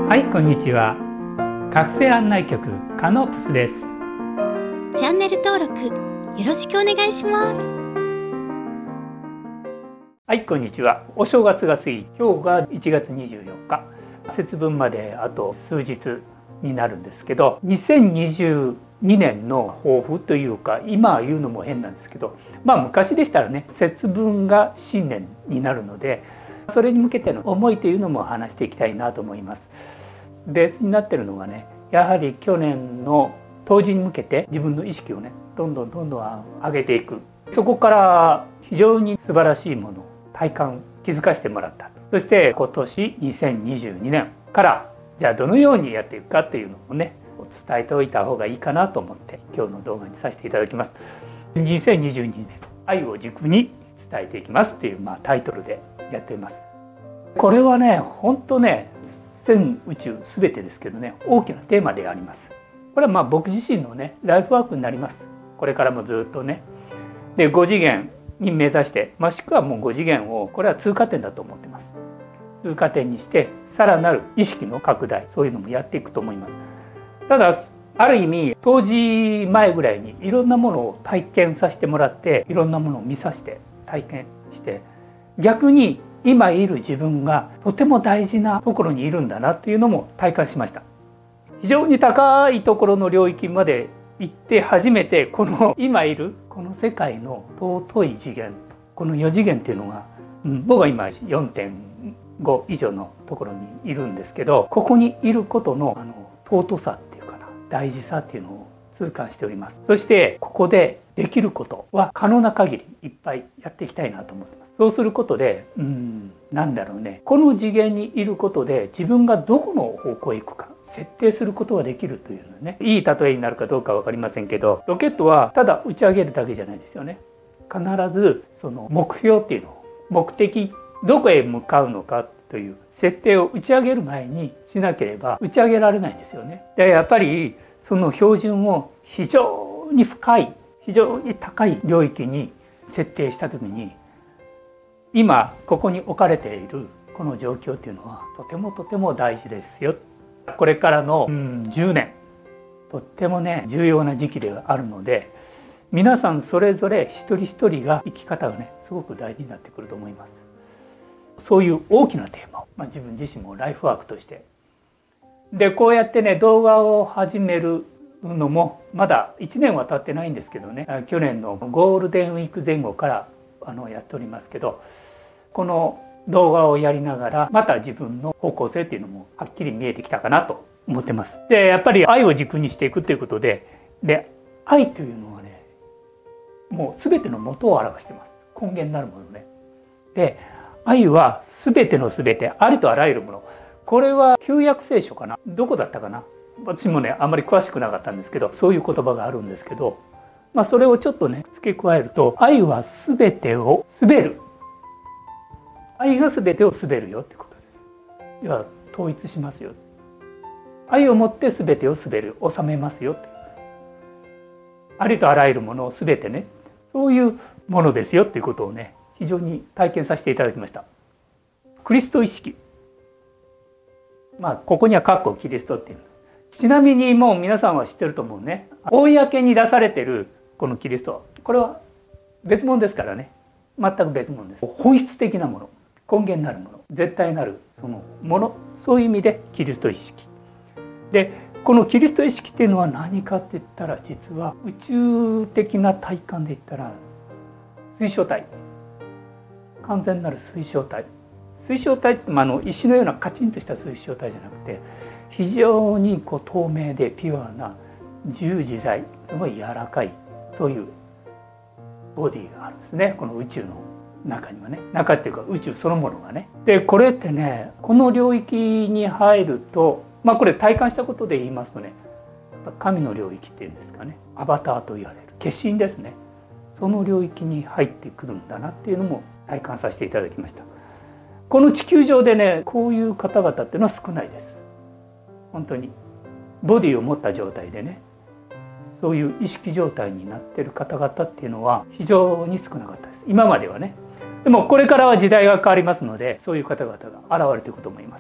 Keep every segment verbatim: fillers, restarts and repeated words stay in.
はい、こんにちは。覚醒案内局カノープスです。 チャンネル登録よろしくお願いします。 はい、こんにちは。お正月が過ぎ、今日がいちがつにじゅうよっか、節分まであと数日になるんですけど、にせんにじゅうにねんの抱負というか、今言うのも変なんですけど、まあ昔でしたらね、節分が新年になるので、それに向けての思いというのも話していきたいなと思います。ベースになっているのがね、やはり去年の冬至に向けて自分の意識をね、どんどんどんどん上げていく。そこから非常に素晴らしいもの、体感気づかせてもらった。そして今年にせんにじゅうにねんからじゃあどのようにやっていくかっていうのもね、伝えておいた方がいいかなと思って今日の動画にさせていただきます。にせんにじゅうにねん愛を軸に伝えていきますっていう、まあ、タイトルでやっています。これはね、本当ね、全宇宙すべてですけどね、大きなテーマであります。これはまあ僕自身のねライフワークになります。これからもずっとね。で、ご次元に目指して、もしくはもうご次元をこれは通過点だと思ってます。通過点にしてさらなる意識の拡大、そういうのもやっていくと思います。ただある意味冬至前ぐらいにいろんなものを体験させてもらって、いろんなものを見させて体験して、逆に今いる自分がとても大事なところにいるんだなっていうのも体感しました。非常に高いところの領域まで行って初めて、この今いるこの世界の尊い次元、このよ次元っていうのが、うん、僕は今 よんてんご 以上のところにいるんですけど、ここにいることのあの尊さっていうかな、大事さっていうのを痛感しております。そしてここでできることは可能な限りいっぱいやっていきたいなと思ってます。そうすることで、うん、なんだろうね、この次元にいることで自分がどこの方向へ行くか設定することができるというのね、いい例えになるかどうか分かりませんけど、ロケットはただ打ち上げるだけじゃないですよね。必ずその目標っていうの、目的、どこへ向かうのかという設定を打ち上げる前にしなければ打ち上げられないんですよね。で、やっぱりその標準を非常に深い、非常に高い領域に設定した時に、今ここに置かれているこの状況っていうのはとてもとても大事ですよ。これからの、うん、じゅうねん、とってもね重要な時期ではあるので、皆さんそれぞれ一人一人が生き方がねすごく大事になってくると思います。そういう大きなテーマを、まあ、自分自身もライフワークとしてで、こうやってね動画を始めるのもまだいちねんは経ってないんですけどね、去年のゴールデンウィーク前後からあのやっておりますけど、この動画をやりながらまた自分の方向性っていうのもはっきり見えてきたかなと思ってます。で、やっぱり愛を軸にしていくということで、で愛というのはね、もう全ての元を表してます。根源になるものね。で、愛は全ての全て、ありとあらゆるもの。これは旧約聖書かな、どこだったかな、私もねあんまり詳しくなかったんですけど、そういう言葉があるんですけど、まあそれをちょっとね付け加えると、愛は全てを滑る、愛が全てを滑るよってことです。では統一しますよ。愛をもって全てを滑る、収めますよって。ありとあらゆるものを全てね、そういうものですよっていうことをね、非常に体験させていただきました。クリスト意識。まあここにはカッコキリストっていう。ちなみにもう皆さんは知ってると思うね。公に出されてるこのキリスト、これは別物ですからね。全く別物です。本質的なもの。根源なるもの、絶対なるそのもの、そういう意味でキリスト意識で、このキリスト意識っていうのは何かって言ったら、実は宇宙的な体感で言ったら水晶体、完全なる水晶体。水晶体って、まあ、あの石のようなカチンとした水晶体じゃなくて、非常にこう透明でピュアな自由自在、すごい柔らかい、そういうボディがあるんですね、この宇宙の中にはね。中っていうか宇宙そのものがね。で、これってね、この領域に入ると、まあこれ体感したことで言いますとね、神の領域っていうんですかね、アバターと言われる化身ですね、その領域に入ってくるんだなっていうのも体感させていただきました。この地球上でね、こういう方々っていうのは少ないです。本当にボディを持った状態でね、そういう意識状態になっている方々っていうのは非常に少なかったです、今まではね。でもこれからは時代が変わりますので、そういう方々が現れていくと思います。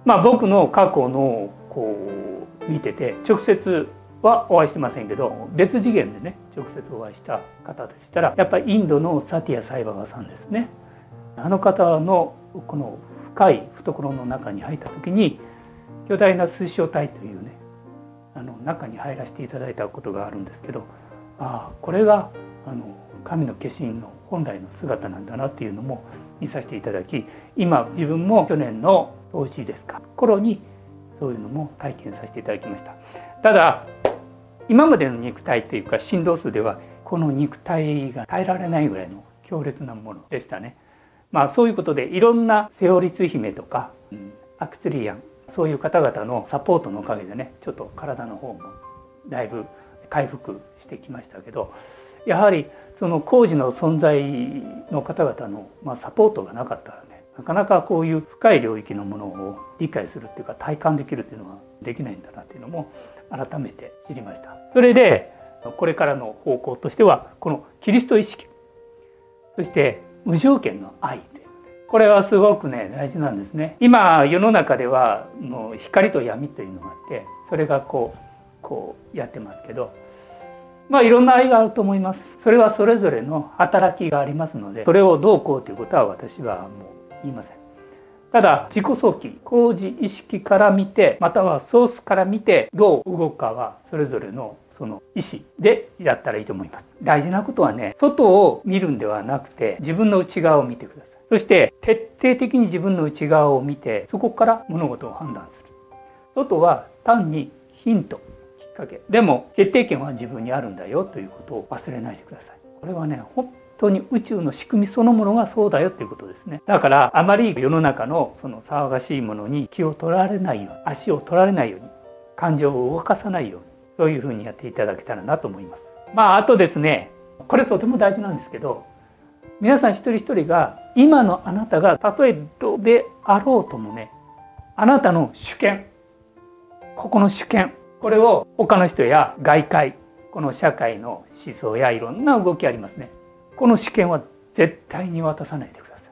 まあ僕の過去のこう見てて直接はお会いしてませんけど、別次元でね直接お会いした方でしたらやっぱりインドのサティア・サイババさんですね。あの方のこの深い懐の中に入った時に巨大な水晶体というねあの中に入らせていただいたことがあるんですけど、ああこれがあの神の化身の本来の姿なんだなっていうのも見させていただき、今自分も去年の冬至ですか頃にそういうのも体験させていただきました。ただ今までの肉体というか振動数ではこの肉体が耐えられないぐらいの強烈なものでしたね。まあそういうことでいろんなセオリツ姫とか、うん、アクツリアンそういう方々のサポートのおかげでねちょっと体の方もだいぶ回復してきましたけど、やはりその工事の存在の方々の、まあ、サポートがなかったらねなかなかこういう深い領域のものを理解するっていうか体感できるっていうのはできないんだなっていうのも改めて知りました。それでこれからの方向としてはこのキリスト意識、そして無条件の愛、これはすごくね大事なんですね。今世の中ではもう光と闇というのがあってそれがこうこうやってますけど、まあいろんな愛があると思います。それはそれぞれの働きがありますのでそれをどうこうということは私はもう言いません。ただ自己想起工事意識から見てまたはソースから見てどう動くかはそれぞれのその意思でやったらいいと思います。大事なことはね外を見るんではなくて自分の内側を見てください。そして徹底的に自分の内側を見てそこから物事を判断する。外は単にヒントきっかけでも決定権は自分にあるんだよということを忘れないでください。これはね本当に宇宙の仕組みそのものがそうだよということですね。だからあまり世の中のその騒がしいものに気を取られないように足を取られないように感情を動かさないようにそういうふうにやっていただけたらなと思います。まああとですねこれとても大事なんですけど、皆さん一人一人が今のあなたがたとえどうであろうともねあなたの主権、ここの主権これを他の人や外界この社会の思想やいろんな動きありますね。この主権は絶対に渡さないでください。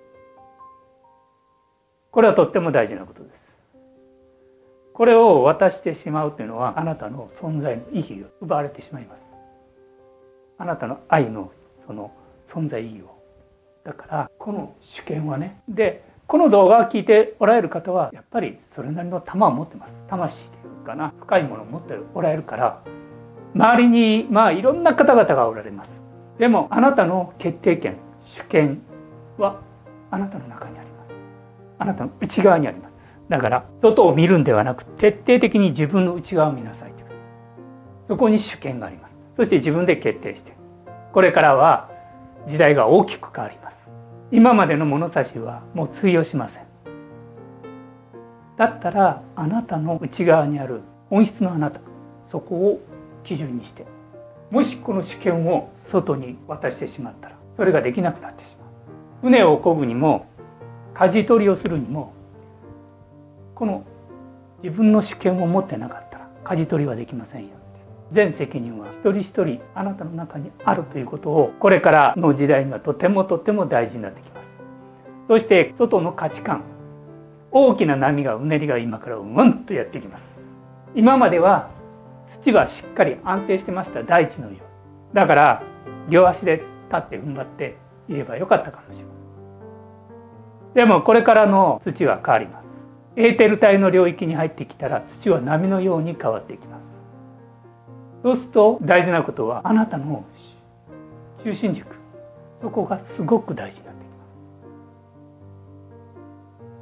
これはとっても大事なことです。これを渡してしまうというのはあなたの存在の意義を奪われてしまいます。あなたの愛のその存在意義を。だからこの主権はねでこの動画を聞いておられる方はやっぱりそれなりの玉を持ってます。魂というかな深いものを持っておられるから周りにまあいろんな方々がおられます。でもあなたの決定権主権はあなたの中にあります。あなたの内側にあります。だから外を見るんではなく徹底的に自分の内側を見なさいと。そこに主権があります。そして自分で決定してこれからは時代が大きく変わります。今までの物差しはもう通用しません。だったらあなたの内側にある本質のあなたそこを基準にしてもしこの主権を外に渡してしまったらそれができなくなってしまう。船を漕ぐにも舵取りをするにもこの自分の主権を持ってなかったら舵取りはできませんよ。全責任は一人一人あなたの中にあるということをこれからの時代にはとてもとても大事になってきます。そして外の価値観大きな波がうねりが今からうんとやってきます。今までは土はしっかり安定してました。大地のようだから両足で立って踏ん張っていればよかったかもしれない。でもこれからの土は変わります。エーテル体の領域に入ってきたら土は波のように変わっていきます。そうすると大事なことはあなたの中心軸そこがすごく大事になってきます。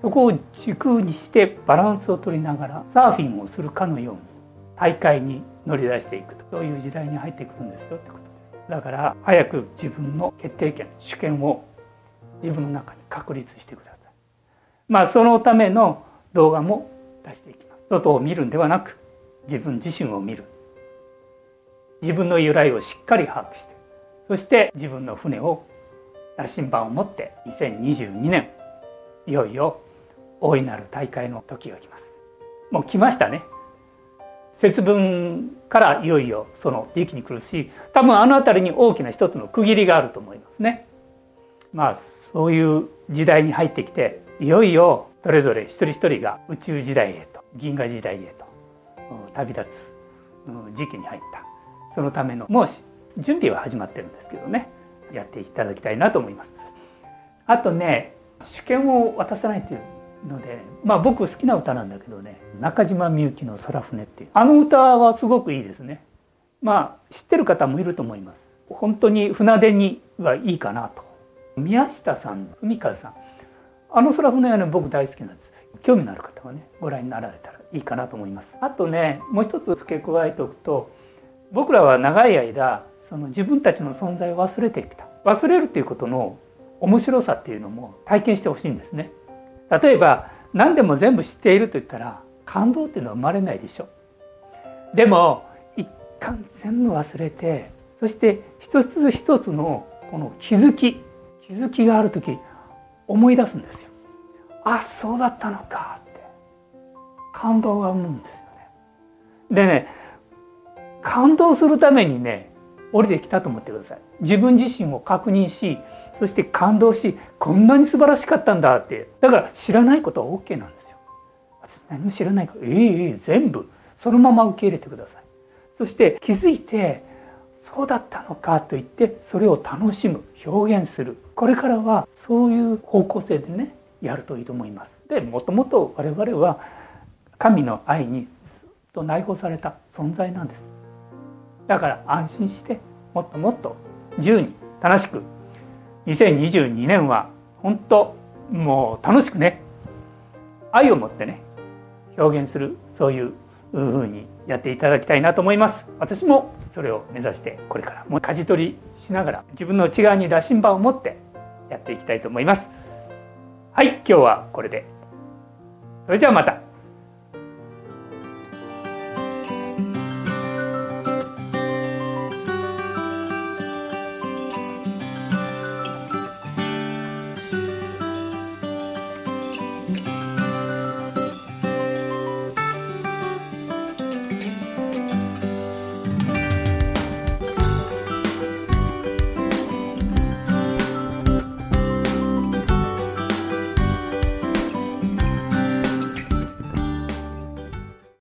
そこを軸にしてバランスを取りながらサーフィンをするかのように大海に乗り出していくとそういう時代に入ってくるんですよってことです。だから早く自分の決定権主権を自分の中に確立してください。まあそのための動画も出していきます。外を見るんではなく自分自身を見る。自分の由来をしっかり把握してそして自分の船を羅針盤を持ってにせんにじゅうにねんいよいよ大いなる大会の時が来ます。もう来ましたね。節分からいよいよその時期に来るし多分あの辺りに大きな一つの区切りがあると思いますね。まあそういう時代に入ってきていよいよそれぞれ一人一人が宇宙時代へと銀河時代へと旅立つ時期に入った。そのためのもう準備は始まってるんですけどね、やっていただきたいなと思います。あとね、主権を渡さないというので、まあ僕好きな歌なんだけどね、中島みゆきの空船っていう、あの歌はすごくいいですね。まあ知ってる方もいると思います。本当に船出にはいいかなと。宮下さん、文和さん、あの空船はね、僕大好きなんです。興味のある方はね、ご覧になられたらいいかなと思います。あとね、もう一つ付け加えておくと、僕らは長い間その自分たちの存在を忘れてきた。忘れるということの面白さっていうのも体験してほしいんですね。例えば何でも全部知っていると言ったら感動っていうのは生まれないでしょ。でも一貫全部忘れて、そして一つ一つのこの気づき気づきがあるとき思い出すんですよ。あ、そうだったのかって感動が生むんですよね。でね、感動するためにね、降りてきたと思ってください。自分自身を確認し、そして感動し、こんなに素晴らしかったんだって。だから知らないことは OK なんですよ。私何も知らないから、ええええ全部そのまま受け入れてください。そして気づいて、そうだったのかと言ってそれを楽しむ、表現する。これからはそういう方向性でね、やるといいと思います。で、もともと我々は神の愛にずっと内包された存在なんです。だから安心してもっともっと自由に楽しく、にせんにじゅうにねんは本当もう楽しくね、愛を持ってね表現する、そういう風にやっていただきたいなと思います。私もそれを目指してこれからも舵取りしながら自分の内側に羅針盤を持ってやっていきたいと思います。はい、今日はこれで。それじゃあまた。